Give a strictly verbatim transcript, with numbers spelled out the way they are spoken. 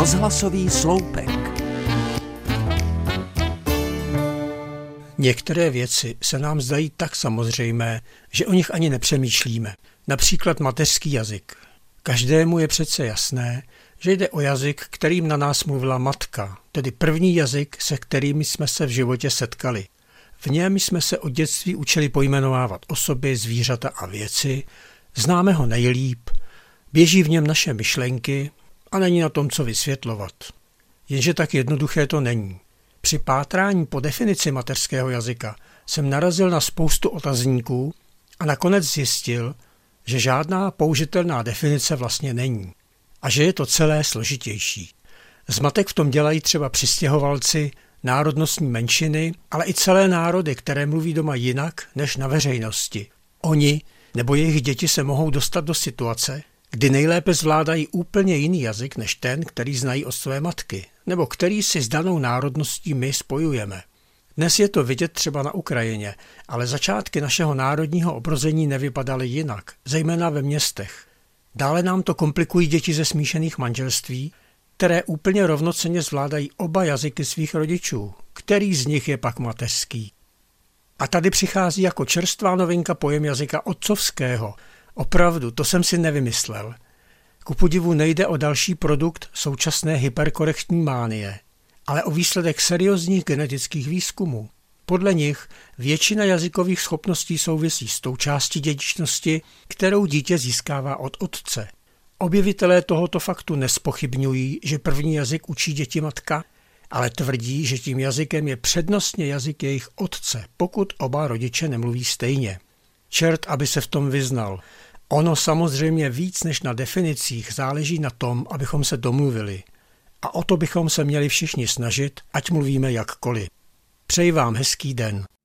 Rozhlasový sloupek. Některé věci se nám zdají tak samozřejmé, že o nich ani nepřemýšlíme. Například mateřský jazyk. Každému je přece jasné, že jde o jazyk, kterým na nás mluvila matka, tedy první jazyk, se kterými jsme se v životě setkali. V něm jsme se od dětství učili pojmenovávat osoby, zvířata a věci, známe ho nejlíp, běží v něm naše myšlenky a není na tom co vysvětlovat. Jenže tak jednoduché to není. Při pátrání po definici mateřského jazyka jsem narazil na spoustu otazníků a nakonec zjistil, že žádná použitelná definice vlastně není a že je to celé složitější. Zmatek v tom dělají třeba přistěhovalci, národnostní menšiny, ale i celé národy, které mluví doma jinak než na veřejnosti. Oni nebo jejich děti se mohou dostat do situace, kdy nejlépe zvládají úplně jiný jazyk než ten, který znají od své matky, nebo který si s danou národností my spojujeme. Dnes je to vidět třeba na Ukrajině, ale začátky našeho národního obrození nevypadaly jinak, zejména ve městech. Dále nám to komplikují děti ze smíšených manželství, které úplně rovnocenně zvládají oba jazyky svých rodičů, který z nich je pak mateřský. A tady přichází jako čerstvá novinka pojem jazyka otcovského. Opravdu, to jsem si nevymyslel. Kupodivu nejde o další produkt současné hyperkorektní mánie, ale o výsledek seriózních genetických výzkumů. Podle nich většina jazykových schopností souvisí s tou částí dědičnosti, kterou dítě získává od otce. Objevitelé tohoto faktu nespochybňují, že první jazyk učí děti matka, ale tvrdí, že tím jazykem je přednostně jazyk jejich otce, pokud oba rodiče nemluví stejně. Čert, aby se v tom vyznal. Ono samozřejmě víc než na definicích záleží na tom, abychom se domluvili. A o to bychom se měli všichni snažit, ať mluvíme jakkoliv. Přeji vám hezký den.